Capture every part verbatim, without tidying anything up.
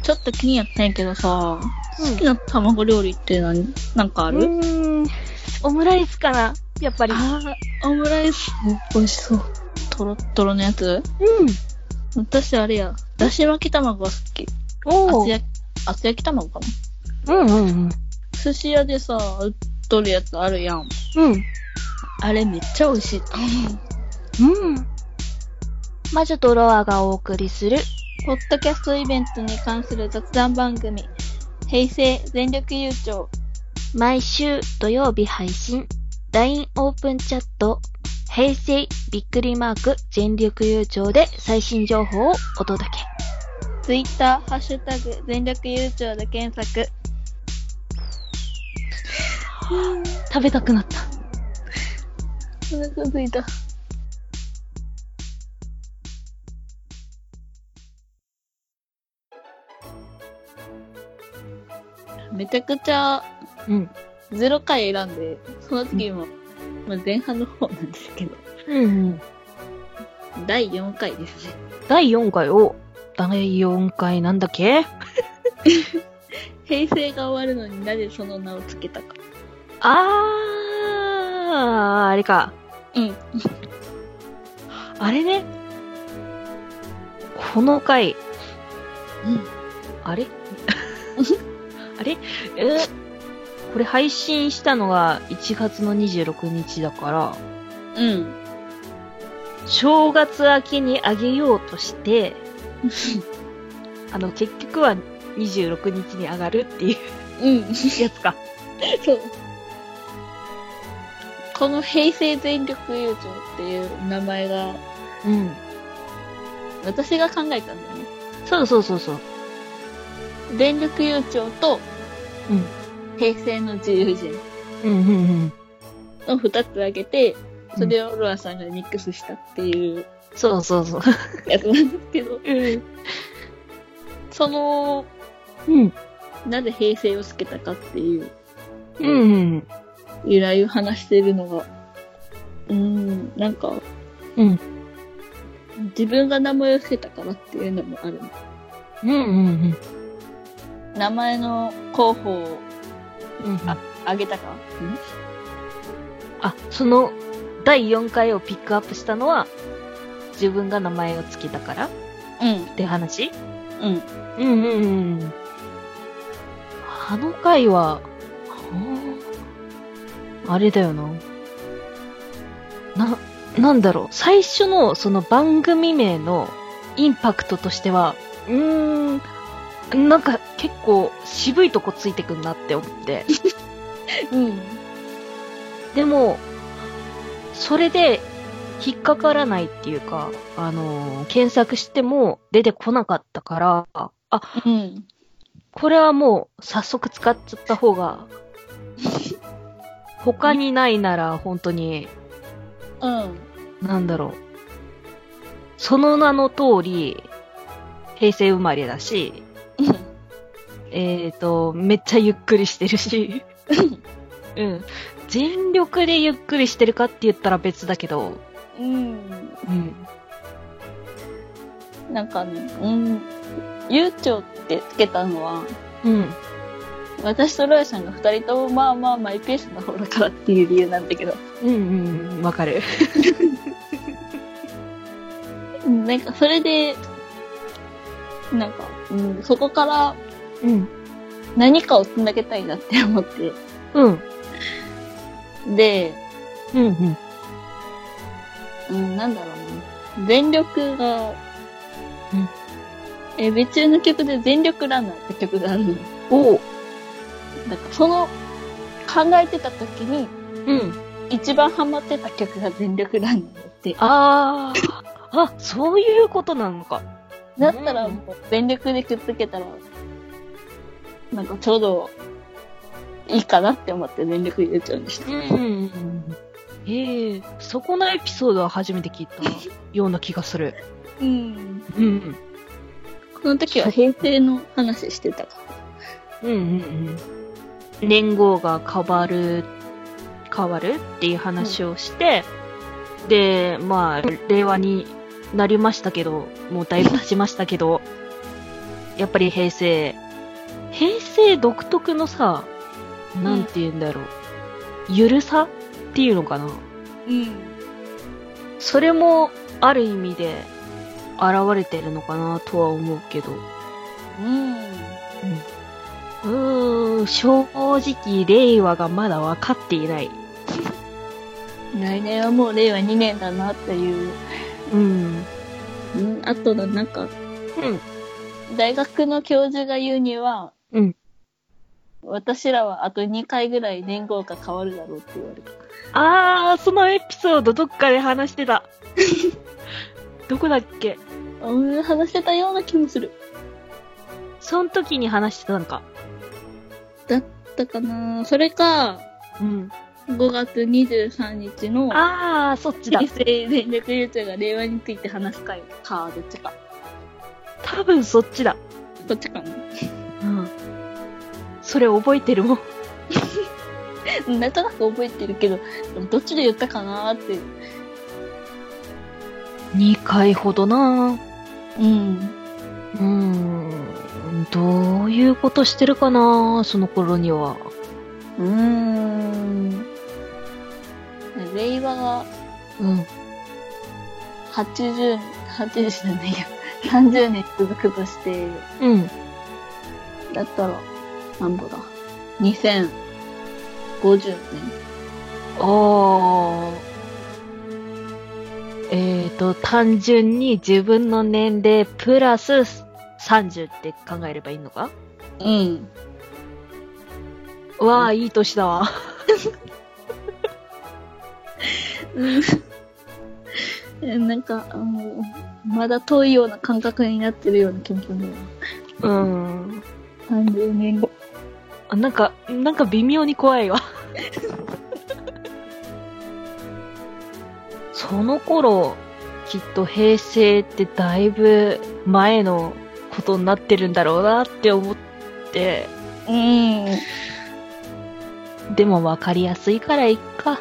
ちょっと気になったんやけどさ、うん、好きな卵料理って何、なんかある？うーん、オムライスかな、やっぱり。 あー、オムライス、美味しそう。トロットロのやつ？うん。私あれや、だし巻き卵が好き。おー。厚焼き、厚焼き卵かな？うんうんうん。寿司屋でさ、売っとるやつあるやん。うん。あれめっちゃ美味しい。 うん。魔女とロアがお送りするポッドキャストイベントに関する雑談番組、平成全力優勝。 毎週土曜日配信。ライン オープンチャット、平成びっくりマーク全力優勝で最新情報をお届け。 ツイッター、ハッシュタグ、全力優勝で検索。 食べたくなった。 お腹すいた。めちゃくちゃ、うん。ゼロ回選んで、その次も、うん、まあ、前半の方なんですけど。うんうん。だいよんかいですね。 だいよんかいを、だいよんかいなんだっけ平成が終わるのになぜその名をつけたか。 あー、あれか。うん。あれね。この回。うん。あれあれえー、これ配信したのがいちがつのにじゅうろくにちだから。うん。正月明けにあげようとして、あの、結局はにじゅうろくにちに上がるっていう、うん、やつか。そう。 この平成全力優勝っていう名前が、うん。私が考えたんだよね。 そうそうそうそう。 全力優勝と、うん。平成の自由人。うんうんうん。の二つあげて、それをロアさんがミックスしたっていう。 そうそうそう。 やつなんですけど。うん。その、うん。なぜ平成をつけたかっていう。うんうん。由来を話してるのが、うーん、なんか、うん。自分が名前を付けたからっていうのもある。うんうんうん。名前の候補を、うん、あ、あげたか、うん、 あ、その、だいよんかいをピックアップしたのは、自分が名前を付けたからうん。って話うん。うんうんうん。あの回は、あれだよな。な、なんだろう。最初のその番組名のインパクトとしては、うーん、なんか結構渋いとこついてくんなって思って。うん。でも、それで引っかからないっていうか、あのー、検索しても出てこなかったから、あ、うん。これはもう早速使っちゃった方が、他にないなら本当に、うん。なんだろう。その名の通り、平成生まれだし、えっと、めっちゃゆっくりしてるし、うん。全力でゆっくりしてるかって言ったら別だけど、うん。うん。 なんかね、うん。悠長ってつけたのは、うん。私とロヤさんが二人ともまあまあマイペースな方だからっていう理由なんだけど。 うんうん、わかる。 なんかそれで、なんか、うん、そこから、うん。何かをつなげたいなって思って。うん。で、うんうん。うん、なんだろうな。全力が、うん。え、別注の曲で全力ランナーって曲があるの。おう。なんかその、考えてた時に、うん。一番ハマってた曲が全力ランナーって。 ああ、あ、そういうことなのか。 だったらもう全力でくっつけたら、なんかちょうどいいかなって思って全力入れちゃうんでした。うんうんうん。 へえ、そこのエピソードは初めて聞いたような気がする。うん。 うん。この時は平成の話してたから。 うんうんうん。年号が変わる、変わるっていう話をして、うん、で、まあ、令和になりましたけど、もうだいぶ経ちましたけど、 やっぱり平成。平成独特のさ、なんて言うんだろう。ゆるさっていうのかな。 うん。 それも、ある意味で、現れてるのかなとは思うけど。 うん。 うん。うーん、正直、令和がまだ分かっていない。 来年はもう令和にねんだなっていう。 うん。 うん、あとのなんか、 うん。 大学の教授が言うには、 うん。 私らはあとにかいぐらい年号が変わるだろうって言われた。 あー、そのエピソードどっかで話してた。どこだっけ？ うん、話してたような気もする。 その時に話してたのか。 だったかな。それか、 うん。 ごがつにじゅうさんにちの、 あー、そっちだ。 平成電力優勝が令和について話す会か、どっちか。 多分そっちだ。 どっちかな。 うん。それ覚えてるもん。 なんとなく覚えてるけど、でもどっちで言ったかなーって。 にかいほどな。 うん。 うーん。どういうことしてるかな、その頃には。 うーん。令和がうん。 はちじゅう、はちじゅうじゃないや、さんじゅうねん続くとして、 うん。 だったら、なんぼだ。にせんごじゅうねん。 あー。えーと、単純に自分の年齢プラスさんじゅうって考えればいいのか？ うん。 うわー、いい年だわ。 うん。なんか、あの、まだ遠いような感覚になってるような気もするんだよな。 うん。 さんじゅうねんご。 あ、なんか、なんか微妙に怖いわ。その頃、きっと平成ってだいぶ前のことになってるんだろうなって思って。 うん。 でも分かりやすいからいっか。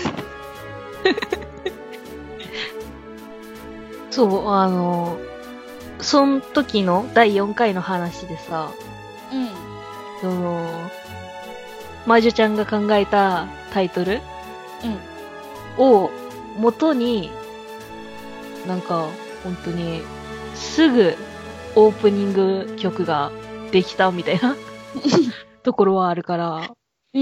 そう、あの、その時のだいよんかいの話でさ、 うん。 その、魔女ちゃんが考えたタイトルうん。 を元に、なんか、本当に、すぐオープニング曲ができたみたいなところはあるから、 うん。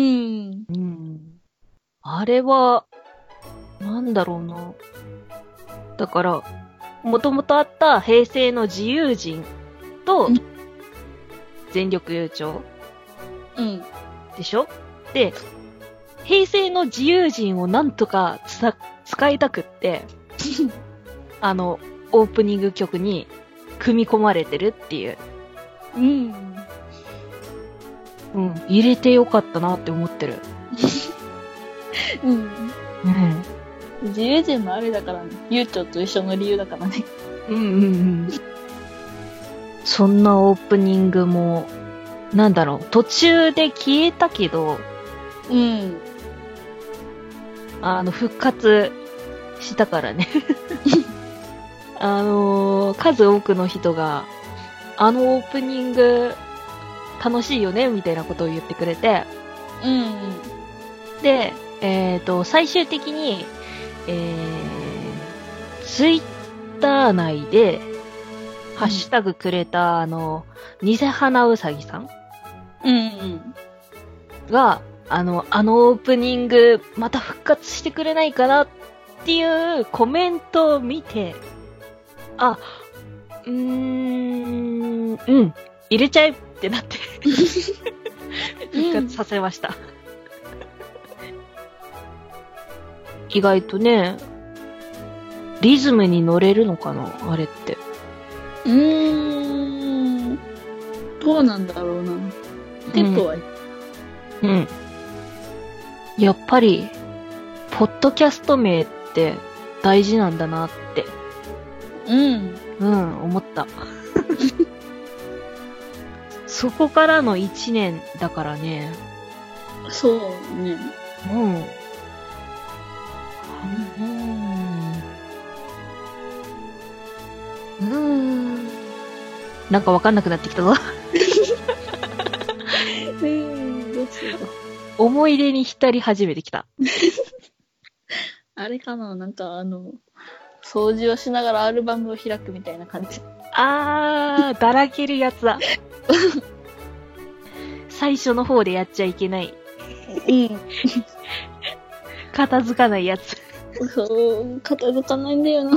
うん。あれは、なんだろうな。だから、もともとあった平成の自由人とうん、 全力優勝うん。 でしょ？で、平成の自由人をなんとかつた使いたくって、あの、オープニング曲に組み込まれてるっていう。 うん。 うん。入れてよかったなって思ってる。 うん。 うん。 自由人もあれだからね。悠長と一緒の理由だからね。 うんうんうん。そんなオープニングも、なんだろう、途中で消えたけど、 うん。 あの、復活したからね。あのー、数多くの人が、あのオープニング、楽しいよねみたいなことを言ってくれて、 うん。 で、えっと、最終的に、えー、ツイッター内で、ハッシュタグくれた、あの、偽花うさぎさんうんうん。 が、あの、あのオープニング、また復活してくれないかなっていうコメントを見て、あ、うーん、うん、入れちゃえってなって、復活させました。意外とね、リズムに乗れるのかなあれって。 うーん。どうなんだろうな。テンポは、 うん、うん。やっぱり、ポッドキャスト名って大事なんだなって。 うん。 うん、思った。そこからの一年だからね。 そうね。 うん。うん。うーん。 なんかわかんなくなってきたぞ。 えー、どうしよう。 思い出に浸り始めてきた。 あれかな、なんかあの、掃除をしながらアルバムを開くみたいな感じ。 あー、だらけるやつだ。最初の方でやっちゃいけない。 うん。 片付かないやつ。 そう、片付かないんだよな。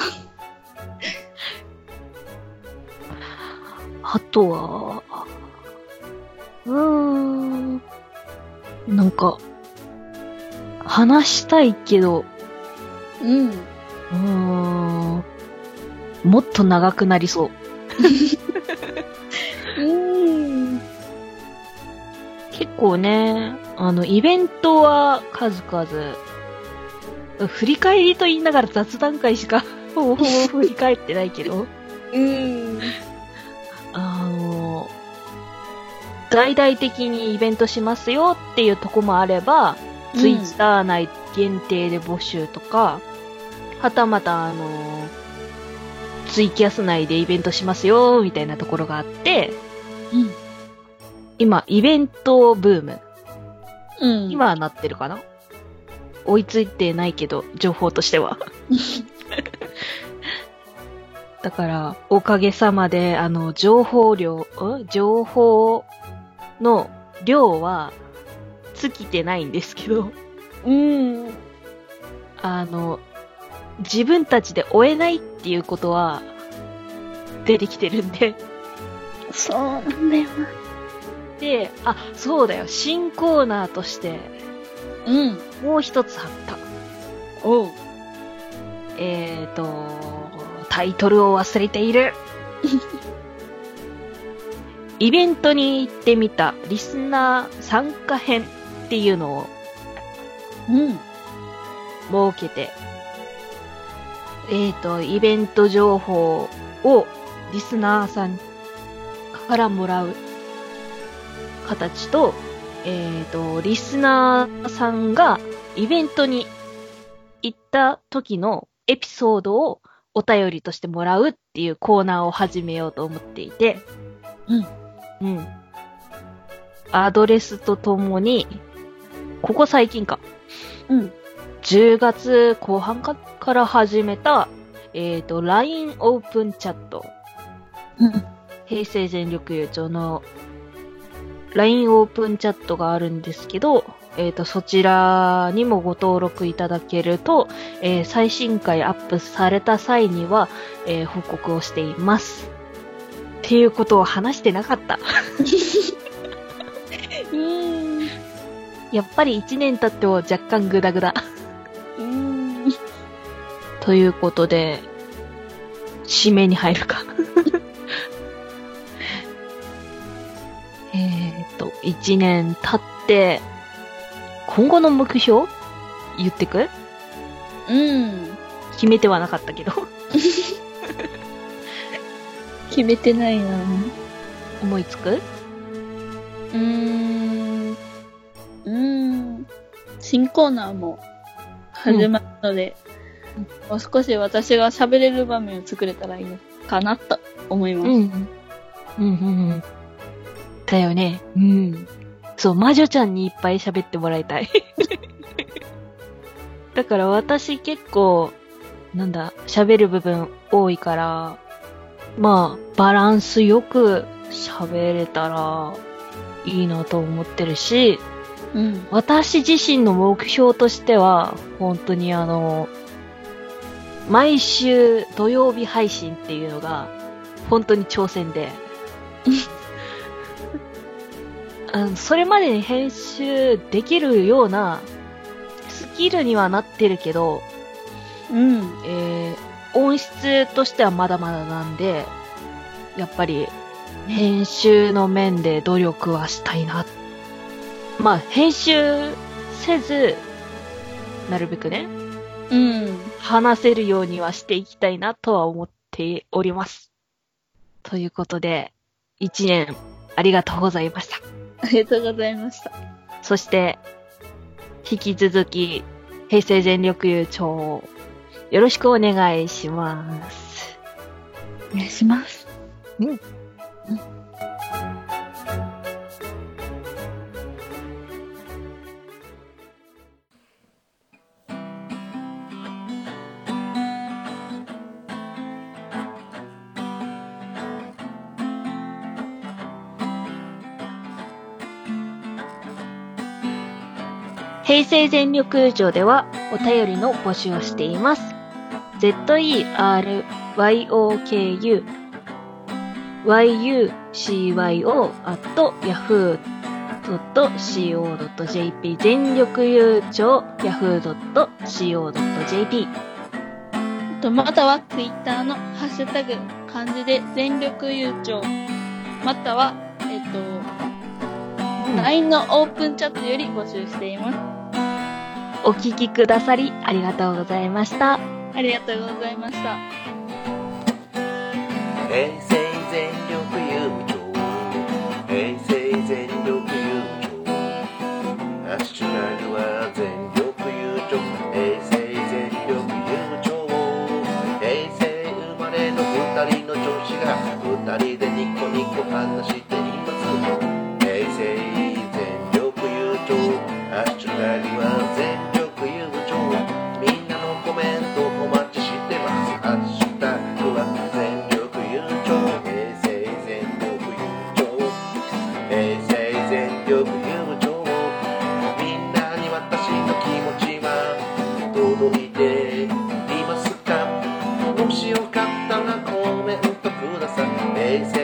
あとは、うーん、なんか、話したいけど、 うん。 うーん、もっと長くなりそう。 うーん。 結構ね、あの、イベントは数々、振り返りと言いながら雑談会しかほぼほぼ振り返ってないけど、 うーん。 あの、大々的にイベントしますよっていうとこもあれば、 うん、 ツイッター内限定で募集とか、はたまたあの、ツイキャス内でイベントしますよみたいなところがあって、 うん、 今、イベントブーム。 うん、 今はなってるかな？追いついてないけど、情報としては。だから、おかげさまで、あの、情報量、ん情報の量は尽きてないんですけど、 うん。 あの、自分たちで追えないっていうことは出てきてるんで。 そうなんだよな。 で、あ、そうだよ。新コーナーとして、 うん。 もう一つあった。 おう。 えーと、タイトルを忘れている。イベントに行ってみたリスナー参加編っていうのを、 うん。 設けて、えーと、イベント情報をリスナーさんからもらう形と、えーと、リスナーさんがイベントに行った時のエピソードをお便りとしてもらうっていうコーナーを始めようと思っていて、 うん。 うん。アドレスとともに、ここ最近か。 うん。 じゅうがつこう半かから始めた、えっと、ライン オープンチャット。 うん。 平成全力優勝の ライン オープンチャットがあるんですけど、えっと、そちらにもご登録いただけると、えー最新回アップされた際には、えー報告をしています。っていうことを話してなかった。 うーん。 やっぱりいちねん経っても若干グダグダ。 うーん。 ということで、締めに入るか。えっと、いちねん経って、今後の目標言ってく？ うん。 決めてはなかったけど。 決めてないな。 思いつく？ うーん。うーん。新コーナーも始まるので、うん、もう少し私が喋れる場面を作れたらいいのかなと思います。うん。 うんうんうん。だよね。うん。そう、魔女ちゃんにいっぱい喋ってもらいたい。だから私結構、なんだ、喋る部分多いから、まあ、バランスよく喋れたらいいなと思ってるし、 うん、 私自身の目標としては、本当にあの、毎週土曜日配信っていうのが、本当に挑戦で、あのそれまでに編集できるようなスキルにはなってるけど、 うん、 えー、音質としてはまだまだなんで、やっぱり編集の面で努力はしたいな。まあ、編集せず、なるべくね、 うん、 話せるようにはしていきたいなとは思っております。ということで、一年ありがとうございました。 ありがとうございました。 そして、引き続き、平成全力優勝をよろしくお願いします。 お願いします。 うん。 平成全力友情ではお便りの募集をしています。ゼットイーアールワイオーケーユーワイユーシーワイオー アット ヤフー ドット シーオー ドット ジェーピー 全力友情 ヤフー ドット シーオー ドット ジェーピーとまたはツイッターのハッシュタグ漢字で全力友情またはえっと、うん、ライン のオープンチャットより募集しています。 お聞きくださりありがとうございました。 ありがとうございました。 平成全力友情平成全力友情ハッシュタグは全力友情平成全力友情平成生まれの二人の女子が二人でニコニコ話しています平成全力友情ハッシュタグは全力友情みんなのコメントお待ちしてますハッシュタグは全力友情平成全力友情平成全力友情みんなに私の気持ちは届いていますかもしよかったらコメントください平成